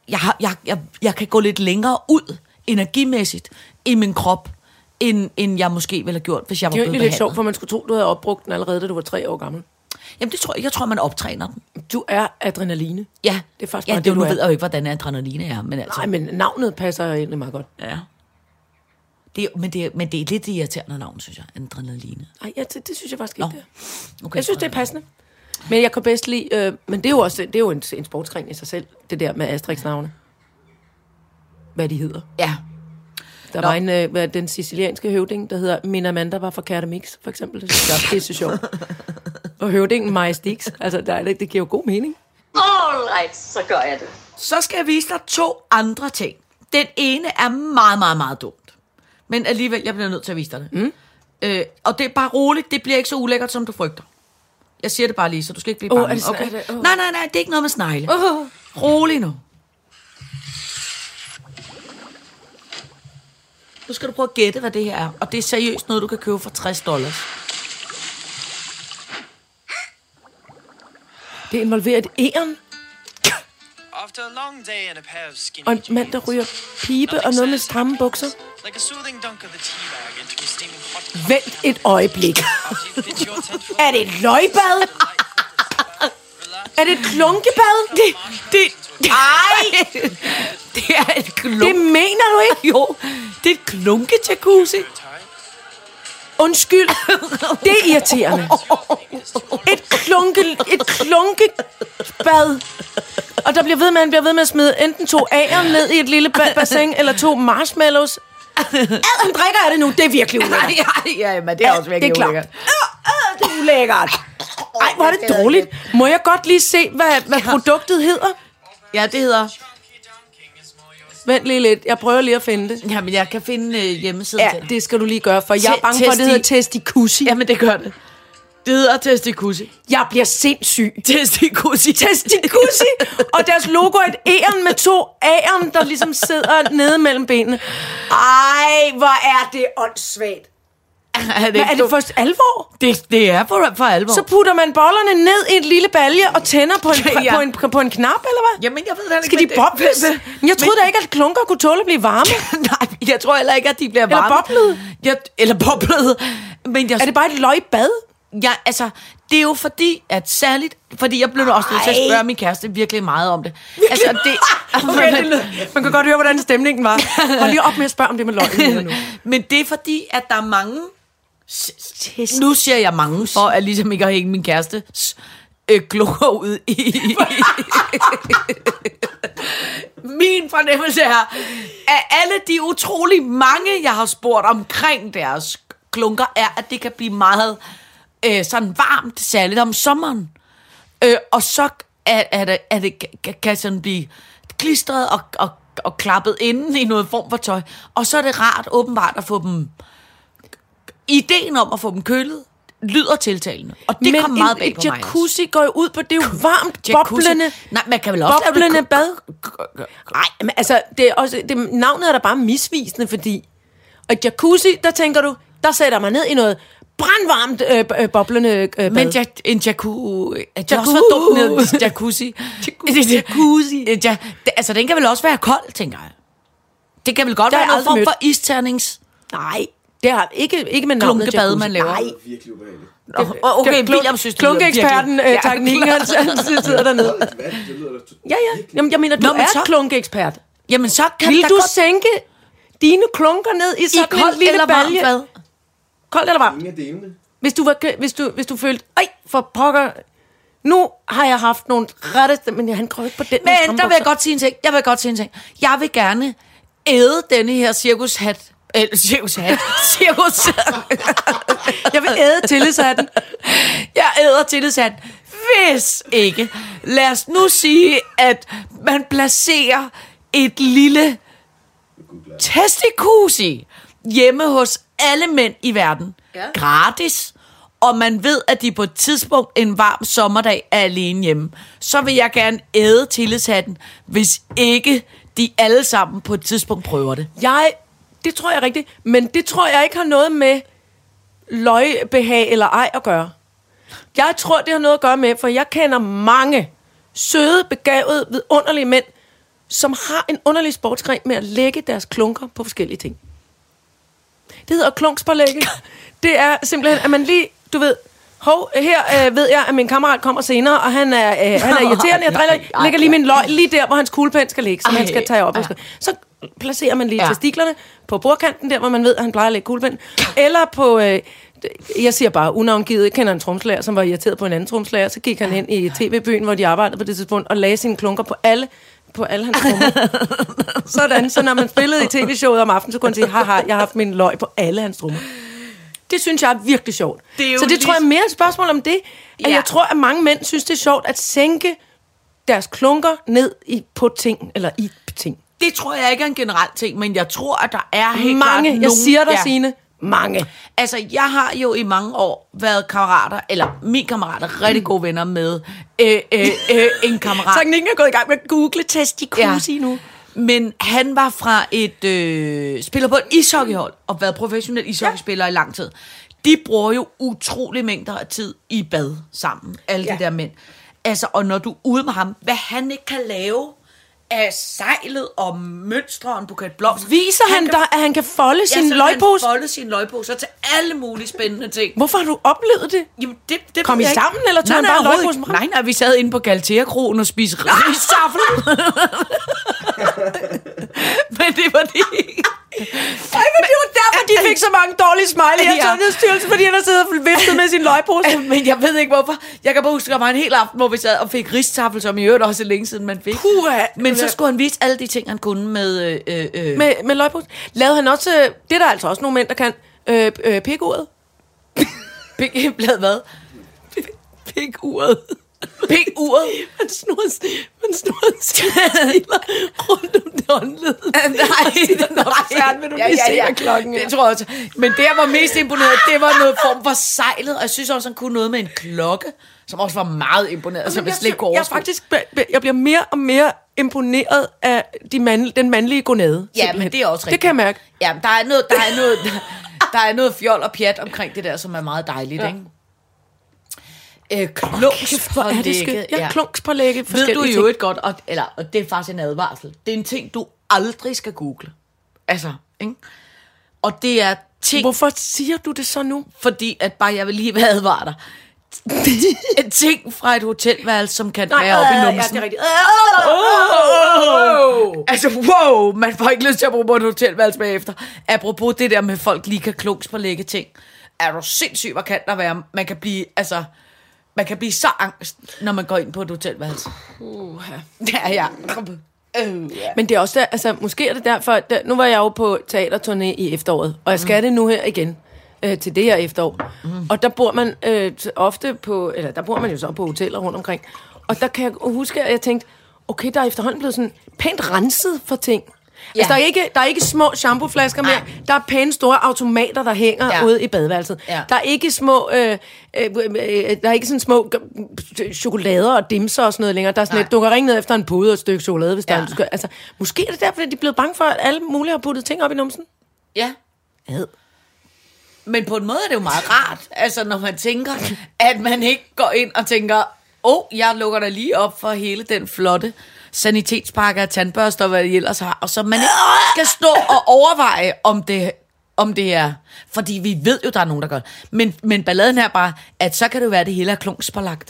jeg, har, jeg, jeg, jeg kan gå lidt længere ud energimæssigt i min krop, end, end jeg måske ville have gjort, hvis jeg var Det er jo blevet egentlig lidt behandlet. sjovt, for man skulle tro, du havde opbrugt den allerede, da du var tre år gammel. Jamen, det tror jeg, jeg tror, man optræner den. Du er adrenaline. Ja, Det er faktisk ja, bare det, det, nu du er. ved jeg jo ikke, hvordan adrenalin er, men altså... Nej, men navnet passer egentlig meget godt. Ja. Det er, men, det er, men det er et lidt irriterende navn, synes jeg, adrenaline. Nej, ja, det, det synes jeg faktisk Nå. ikke, det er. Okay, Jeg synes, det er passende. Men jeg kan bedst lide... Øh, men det er jo også det er jo en, en sportsgren i sig selv, det der med Asterix-navne. Hvad de hedder. Ja. Der Nå. var en, øh, hvad, den sicilianske høvding, der hedder Min Amanda var fra Kærtemix, for eksempel. Det synes jeg er pisse sjovt. Og høvdingen Maja Stix. Altså, der er, det, det giver jo god mening. All right, så gør jeg det. Så skal jeg vise dig to andre ting. Den ene er meget, meget, meget dumt. Men alligevel, jeg bliver nødt til at vise dig det. Mm. Øh, og det er bare roligt, det bliver ikke så ulækkert, som du frygter. Jeg siger det bare lige, så du skal ikke blive Åh, bange. er det sådan- okay? er det- åh. Nej, nej, nej, det er ikke noget med snegle. Oh. Rolig nu. Nu skal du prøve at gætte, hvad det her er. Og det er seriøst noget, du kan købe for tres dollars. Det involverer et æren, After a long day and a pair of skinny og en mand, der jeans, ryger pibe og noget med stramme bukser. like a soothing dunk of the tea bag into a steaming hot Vent et øjeblik. after you pitch your tent for Er det et løgbad? Er det et klunkebad? Det, Det, ej! Det er et klunk. det mener du ikke? Jo, det er et klunke-jacuzzi. Undskyld. Det er irriterende. Et klunke, et klunkebad. Og der bliver ved med, man bliver ved med at smide enten to æren ned i et lille ba- bassin, eller to marshmallows. Ad, han drikker af det nu. Det er virkelig ulækkert. ja, ja, men det er også virkelig det er klart. ulækkert. Øh, øh, det er ulækkert. Ej, hvor er det dårligt. Må jeg godt lige se, hvad, hvad produktet hedder? Ja, det hedder... Vent lige lidt. Jeg prøver lige at finde det. Jamen, jeg kan finde øh, hjemmesiden Ja, til det. det skal du lige gøre, for jeg er Te- bange for, at det testi- hedder testicussi. Jamen, det gør det. Det hedder testicussi. Jeg bliver sindssyg. Testicussi. Testicussi. Og deres logo er et æren med to æren, der ligesom sidder nede mellem benene. Ej, hvor er det åndssvagt. er det, Hvad, er det for alvor? det, det er for, for alvor. Så putter man bollerne ned i et lille balje og tænder på en, Ja. ja. på en, på en knap, eller hvad? Jamen, jeg ved det Skal de bobles? Men jeg troede da ikke, at klunker kunne tåle at blive varme. Nej, jeg tror heller ikke, at de bliver Eller varme. boblede. Jeg, eller boblede. Men jeg, Er det bare et løgbad? Ja, altså, det er jo fordi, at særligt... Fordi jeg blev også nødt til at Ej. spørge min kæreste virkelig meget om det. Altså, det... Okay, det lød- man kan godt høre, hvordan stemningen var. Hold lige op med at spørge om det med løgn nu. Men det er fordi, at der er mange... Nu siger jeg mange, for at ligesom ikke at hænge min kæreste øh, klunker ud i... Min fornemmelse er, at alle de utrolig mange, jeg har spurgt omkring deres klunker, er, at det kan blive meget øh, sådan varmt, særligt om sommeren. Øh, og så er, er det, er det, kan, kan sådan blive klistret og, og, og klappet inden i noget form for tøj. Og så er det rart åbenbart at få dem... Ideen om at få dem kølet lyder tiltalende. Og det Men kom meget en, bag på et mig. jacuzzi går jo ud på, det er jo varmt, Jacuzzi. boblende, Nej, man kan vel også lave boblende det- bad. Nej, men altså, det er også, det, navnet er da bare misvisende, fordi... Og et jacuzzi, der tænker du, der sætter man ned i noget brandvarmt, øh, øh, boblende øh, bad. Men ja, en jacuzzi... Det er også Jacuzzi. for dumt ned jacuzzi. Jacuzzi. jacuzzi. Ja, det, altså, den kan vel også være kold, tænker jeg. Det kan vel godt Der være har jeg noget aldrig form mødt. for isternings... Nej, det har ikke, ikke med navnet Klunkebad, jacuzzi. man laver. Nej. Virkelig ubehageligt. Og okay, Klunk- William synes, det lyder Klunkeeksperten, virkelig- øh, teknikken, han, han sidder dernede. Vand, det lyder da to- Ja, ja. Jamen, jeg mener, du Nå, men er så- klunkeekspert. Jamen, så kan Vil der du godt... sænke dine klunker ned i I sådan en koldt lille eller varmt balje? bad? Koldt eller varmt? Ingen af delene. Hvis du, var, hvis du, hvis du følte, ej, for pokker, nu har jeg haft nogle rette, men han går ikke på den. med Men der vil jeg strømbukser. godt sige en ting. Jeg vil godt sige en ting. Jeg vil gerne æde denne her cirkushat. Eller cirkushat. Cirkus. Jeg vil æde tillidshatten. Jeg æder tillidshatten. Hvis ikke. Lad os nu sige, at man placerer et lille testicussi hjemme hos alle mænd i verden. Ja. Gratis. Og man ved, at de på et tidspunkt en varm sommerdag er alene hjemme. Så vil jeg gerne æde tillidshatten, hvis ikke de alle sammen på et tidspunkt prøver det. Jeg, det tror jeg er rigtigt, men det tror jeg ikke har noget med løgbehag eller ej at gøre. Jeg tror, det har noget at gøre med, for jeg kender mange søde, begavede, vidunderlige mænd, som har en underlig sportsgren med at lægge deres klunker på forskellige ting. Det hedder klunkspålægge. Det er simpelthen, at man lige, du ved, hov, her øh, ved jeg, at min kammerat kommer senere, og han er, øh, han er irriterende. Jeg driller, lægger lige min løg lige der, hvor hans kuglepen skal ligge, som Ej, han skal tage op. Ja. Så placerer man lige ja. testiklerne på bordkanten, der hvor man ved, at han plejer at lægge kuglepen. Eller på, øh, jeg siger bare, unavngivet, jeg kender en tromslager, som var irriteret på en anden tromslager, så gik han hen i tv-byen, hvor de arbejdede på det tidspunkt, og lagde sine klunker på alle på alle hans trommer. Sådan, så når man spillede i tv-showet om aftenen, så kunne han sige, haha, jeg har haft min løg på alle hans trommer. Det synes jeg er virkelig sjovt. Det er så det lige... tror jeg er mere et spørgsmål om det, at ja. jeg tror, at mange mænd synes, det er sjovt at sænke deres klunker ned i, på ting, eller i ting. Det tror jeg ikke er en generel ting, men jeg tror, at der er helt mange, klart nogen... jeg siger dig, ja. Signe, mange. Altså, jeg har jo i mange år været kammerater, eller min kammerat er rigtig gode venner med øh, øh, øh, en kammerat. Teknikken er gået i gang med at google testikusi ja. nu. Men han var fra et... Øh, spiller på et ishockeyhold, og været professionel ishockeyspiller ja. i lang tid. De bruger jo utrolig mængder af tid i bad sammen, alle ja. de der mænd. Altså, og når du er ude med ham, hvad han ikke kan lave... af sejlet og mønstre og en buket blomster. Viser han, han kan, dig, at han kan folde ja, sin løgpose? Ja, folde sin løgposer til alle mulige spændende ting. Hvorfor har du oplevet det? Jamen, det, det Kom I sammen, eller tog han bare løgposen frem? Nej, nej, vi sad inde på Galtea-krogen og spiste risaffel. Men det var det Ej, men det var derfor, de fik så mange dårlige smiley i ja. Sundhedsstyrelsen, fordi han har siddet og viftet med sin løgpose. Men jeg ved ikke hvorfor. Jeg kan bare huske, at der var en hel aften, hvor vi sad og fik risaffel, som i øvrigt også længe siden man fik. Puha. Men så skulle han vise alle de ting, han kunne med... Øh, øh. Med, med løgpose. Lavede han også... Det er der altså også nogle mænd, der kan... Øh, øh, pik-uret. Pik-uret hvad? Pik-uret. Pik-uret? Man snurrer, man snurrer stiler rundt om det håndled. Nej, nej. Vil du ja, ja, ja. Klokken det tror jeg også. Men det, jeg var mest imponeret, det var noget form for sejlet. Og jeg synes også, han kunne noget med en klokke, som også var meget imponeret. Som jeg, jeg, jeg, jeg, faktisk, jeg bliver mere og mere imponeret af de mand, den mandlige gonade. Ja, men det er også rigtigt. Det kan jeg mærke. Ja, der er noget, der er noget, der, der er noget fjol og pjat omkring det der, som er meget dejligt, ja. ikke? Øh, klunkspålægge. Ja, klunkspålægge. Ved du jo et godt, og, eller, og det er faktisk en advarsel. Det er en ting, du aldrig skal google. Altså, ikke? Og det er ting... Hvorfor siger du det så nu? Fordi, at bare jeg vil lige være advaret dig. En ting fra et hotelværelse, som kan Nej, være oppe i numsen. Ja, det er rigtigt. Oh, oh, oh. Altså, wow, man får ikke lyst til at bruge på et hotelværelse bagefter. Apropos det der med, folk lige kan klunkspålægge ting. Er du sindssygt, hvor kan der være? Man kan blive, altså... Man kan blive så angst, når man går ind på et hotelværelse. Uh, ja, ja. Uh, yeah. Men det er også der, altså måske er det derfor, der, nu var jeg jo på teaterturné i efteråret, og jeg skal mm. det nu her igen, øh, til det her efterår. Mm. Og der bor man øh, ofte på, eller der bor man jo så på hoteller rundt omkring. Og der kan jeg huske, at jeg tænkte, okay, der er efterhånden blevet sådan pænt renset for ting. Ja. Altså, der er, ikke, der er ikke små shampooflasker mere. Ej. Der er pæne store automater, der hænger ja. ude i badeværelset. Ja. Der er ikke små, øh, øh, øh, der er ikke sådan små chokolader og dimser og sådan noget længere. Der er sådan et, du kan ringe ned efter en pude og et stykke chokolade, hvis ja. der er, skal, altså, måske er det derfor, at de er blevet bange for, at alle mulige har puttet ting op i numsen. Ja. Ad. Men på en måde er det jo meget rart, altså når man tænker, at man ikke går ind og tænker, åh, oh, jeg lukker da lige op for hele den flotte sanitetspakke af tandbørster, hvad de ellers har, og så man ikke skal stå og overveje, om det, om det er, fordi vi ved jo, der er nogen, der gør det. Men, men balladen her bare, at så kan det jo være, at det hele er klunkspålagt.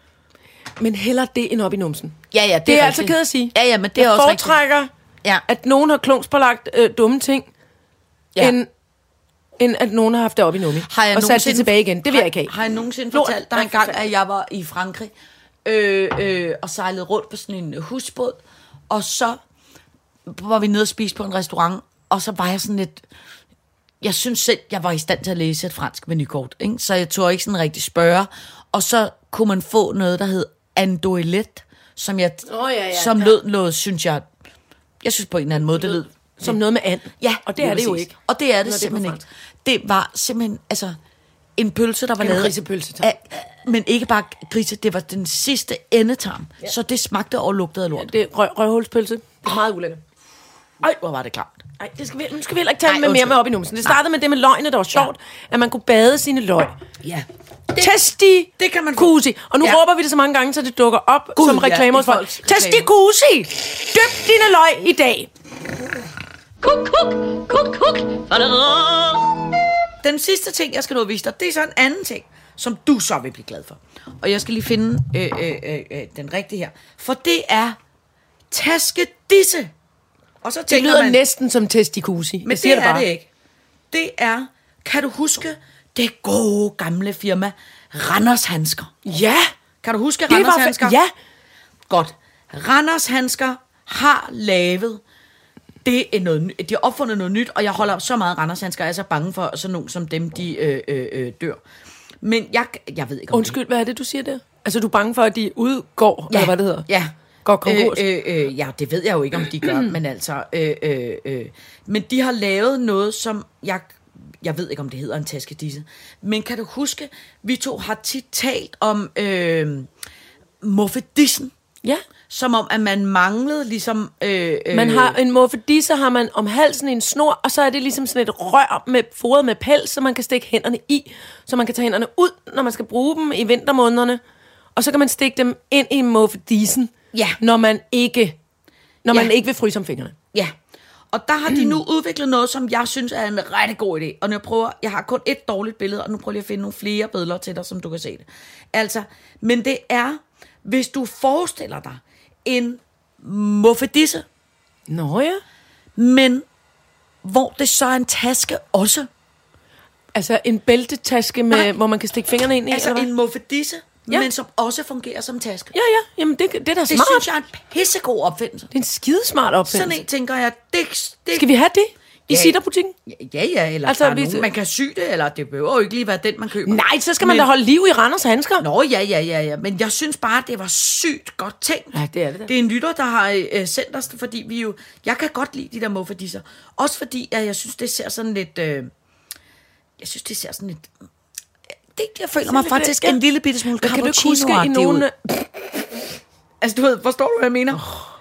Men heller det end op i numsen. Ja, ja, det, det er, er altså ked at sige. Ja, ja, men det er jeg også foretrækker, ja. at nogen har klunkspålagt øh, dumme ting, ja. end, end at nogen har haft det op i nummi. Og sat det tilbage igen. Det vil har, jeg ikke have. Har jeg nogensinde fortalt dig en gang, at jeg var i Frankrig, Øh, øh, og sejlede rundt på sådan en husbåd, og så var vi nede og spise på en restaurant, og så var jeg sådan lidt, jeg synes selv, jeg var i stand til at læse et fransk menukort, ikke? Så jeg tog ikke sådan rigtig spørge, og så kunne man få noget, der hed andoilet, som jeg, oh, ja, ja, som ja. lød noget, synes jeg, jeg synes på en eller anden måde, det lød som noget med and. Ja, og det er det jo ikke. Og det er det simpelthen ikke. Det var simpelthen, altså, en pølse, der var en lavet grisepølse, af, men ikke bare grise, det var den sidste endetarm, ja. Så det smagte og lugtede af lort. Ja, det er røv, røvhulspølse. Det er meget ulækkert. Ej, hvor var det klart. Ej, det skal vi, nu skal vi heller ikke tale med mere med op i numsen. Det startede med det med løgene, der var sjovt, ja. At man kunne bade sine løg. Ja. Testi det kan man få. Kusi. Og nu Ja. råber vi det så mange gange, så det dukker op Gud, som ja, reklamer i for. folks Testi reklamer. Kusi. Døb dine løg i dag. Kuk, kuk, kuk, kuk. Den sidste ting, jeg skal nå at vise dig, det er så en anden ting, som du så vil blive glad for. Og jeg skal lige finde øh, øh, øh, øh, den rigtige her. For det er taskedisse. Og så Det tænker lyder man, næsten som Testi Kusi. men Jeg siger det det er bare. det ikke. Det er, kan du huske, det gode gamle firma Randers Handsker. Ja. Kan du huske Det Randers var Handsker? Ja. Godt. Randers Handsker har lavet, det er noget, ny- de har opfundet noget nyt, og jeg holder så meget Randers Handsker, jeg er så bange for sådan nogen som dem, de øh, øh, øh, dør. Men jeg, jeg ved ikke om Undskyld, hvad er det, du siger der? Altså, du er bange for, at de udgår, det. eller hvad det hedder? Ja. Går konkurs. Øh, øh, øh, ja, det ved jeg jo ikke, om de gør, men altså, øh, øh, øh. Men de har lavet noget, som jeg, jeg ved ikke, om det hedder en taskedisse. Men kan du huske, vi to har tit talt om øh, muffedissen. Ja. Som om, at man manglede ligesom... Øh, øh, Man har en muffedi, så har man om halsen en snor, og så er det ligesom sådan et rør med foret med pels, så man kan stikke hænderne i, så man kan tage hænderne ud, når man skal bruge dem i vintermånederne, og så kan man stikke dem ind i muffedisen, Ja. når man ikke, når Ja. man ikke vil fryse om fingrene. Ja, og der har de nu udviklet noget, som jeg synes er en rigtig god idé. Og når jeg prøver, jeg har kun et dårligt billede, og nu prøver jeg at finde nogle flere billeder til dig, som du kan se det. Altså, men det er, hvis du forestiller dig en muffedisse, Nå ja. men hvor det så er en taske også. Altså en bæltetaske, med, Nej. hvor man kan stikke fingrene ind i, Altså eller hvad? en muffedisse, Ja. men som også fungerer som taske. Ja, ja, jamen det, det er da Det smart. synes jeg er en pissegod opfindelse. Det er en skidesmart opfindelse. Sådan en tænker jeg, det, det Skal vi have det i Ja. Sitterbutikken? Ja, ja, eller Altså, altså, der er vi- nogen, man kan sy det, eller det behøver jo ikke lige være den, man køber. Nej, så skal man Men- da holde liv i Randers handsker. Nå, ja, ja, ja, ja. Men jeg synes bare, det var sygt godt tænkt. Ja, det er det da. Det er en lytter, der har øh, sendt os det, fordi vi jo... Jeg kan godt lide de der muffedisser. Også fordi, at jeg synes, det ser sådan lidt... Øh, jeg synes, det ser sådan lidt... Det, jeg føler mig lidt- faktisk ja. en lille bitte smule Men kan du ikke huske i cappuccino-agtig nogle... ud. Altså, du ved, forstår du, hvad jeg mener? Oh.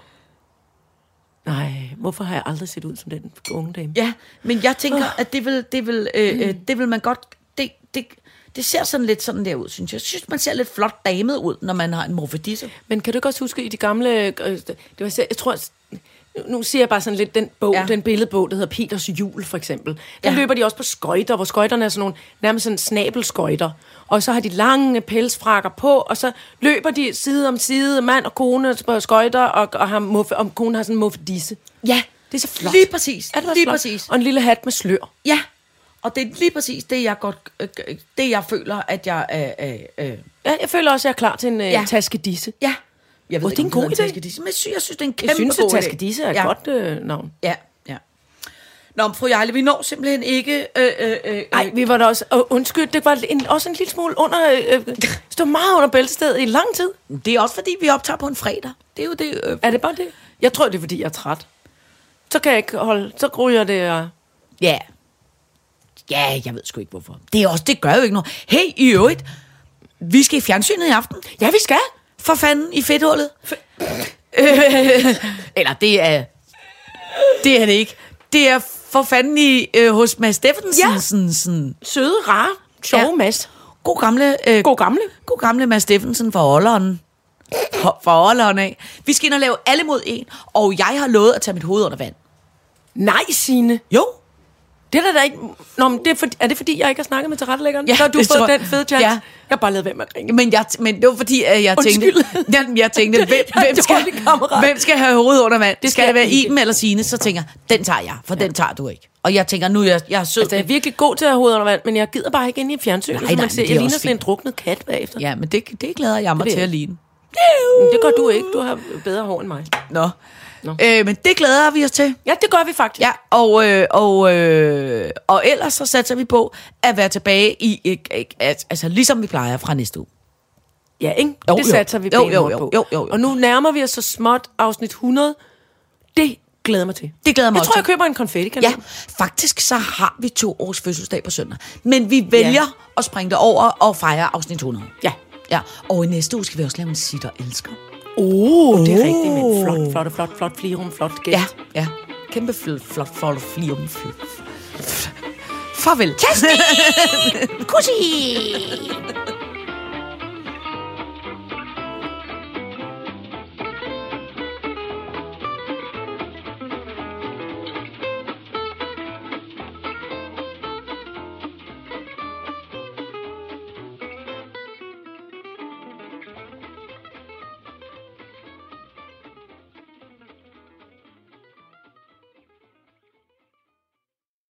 Nej, hvorfor har jeg aldrig set ud som den unge dame? Ja, men jeg tænker, at det vil, det vil, øh, øh, det vil man godt... Det, det, det ser sådan lidt sådan der ud, synes jeg. Jeg synes, man ser lidt flot damet ud, når man har en muffedisse. Men kan du ikke også huske i de gamle... øh, Det var, jeg tror... Nu siger jeg bare sådan lidt den bog, ja. Ja. den billedbog, der hedder Peters Jul, for eksempel. Der ja. Ja. løber de også på skøjter, hvor skøjterne er sådan nogle nærmest sådan snabelskøjter. Og så har de lange pelsfrakker på, og så løber de side om side, mand og kone på skøjter, og, og, har muffe, og konen har sådan en muffedisse. Ja, Det er så flot. lige præcis. Er det også lige flot? præcis. Og en lille hat med slør. Ja, og det er lige præcis det, jeg godt, øh, det jeg føler, at jeg øh, øh, øh, Ja, jeg føler også, at jeg er klar til en øh, Ja. taskedisse. ja. Jeg ved Åh, ikke, det er en om god hedder idé. taskedisse, men jeg synes, jeg synes, det er en kæmpe Jeg synes, at god idé. taskedisse er et ja. godt øh, navn. Ja, ja. Nå, men fru Jejle, vi når simpelthen ikke... Øh, øh, øh, Nej, vi var da også... Og undskyld, det var en, også en lille smule under... Øh, øh, stod meget under bæltestedet i lang tid. det er også fordi, vi optager på en fredag. Det er jo det... Øh, Er det bare det? Jeg tror, det er, fordi jeg er træt. Så kan jeg ikke holde... Så ryger det... Og... ja. Ja, jeg ved sgu ikke, hvorfor. Det, er også, det gør jo ikke noget. Hey, i øvrigt, vi skal i fjernsynet i aften. Ja, vi skal. For fanden, i fedthullet. Øh, eller det er... Det er det ikke. Det er for fanden i, øh, hos Mads Steffensen. Ja. Sådan, sådan. Søde, rare, sjove ja. Ja. Mads. God gamle... Øh, God gamle. God gamle Mads Steffensen fra Ålderen. Fra Ålderen af. Vi skal ind og lave alle mod en, og jeg har lovet at tage mit hoved under vand. Nej, Signe. Jo. Det er da ikke... Nå, men det er, for... er det fordi, jeg ikke har snakket med tilrettelæggeren? Ja, så har du det fået tror jeg. den fede chance. Ja. Jeg har bare lavet være med at ringe. Men, jeg, men det var fordi, at jeg tænkte... Undskyld. Jeg, jeg tænkte, hvem, Jeg er hvem, skal, dårlig kammerat. hvem skal have hovedet under vand? Det skal, skal skal det være jeg ikke. Iben eller Signe? Så tænker jeg, den tager jeg, for ja. den tager du ikke. Og jeg tænker, nu er jeg, jeg er sød. Altså, jeg er virkelig god til at have hovedet under vand, men jeg gider bare ikke ind i fjernsynet, Nej, som nej, man ser. men det er Jeg ligner også sådan en fint. druknet kat bagefter. Ja, men det, det glæder jeg mig Det til ved at jeg. ligne. Men det gør du ikke. Du har bedre hår end mig. Nå. Nå. Øh, men det glæder vi os til. Ja, det gør vi faktisk. Ja, og, øh, og, øh, og ellers så satser vi på at være tilbage i, øh, øh, altså ligesom vi plejer fra næste uge. Ja, ikke? Jo, det jo. satser vi Jo, benhårdt jo, jo, på. jo, jo, jo. Og nu nærmer vi os så småt afsnit hundrede. Det glæder mig til. Det glæder mig Jeg også tror, jeg til. køber en konfetti. Ja, faktisk så har vi to års fødselsdag på søndag. Men vi vælger Ja. at springe det over og fejre afsnit hundrede. Ja. Ja, og i næste uge skal vi også lave en sitter elsker. Oh, det er rigtigt med en flot, flot, flot, flot flirum, flot gæst. Ja, ja. Kæmpe flot, flot, flot, flium. Farvel. Kussi!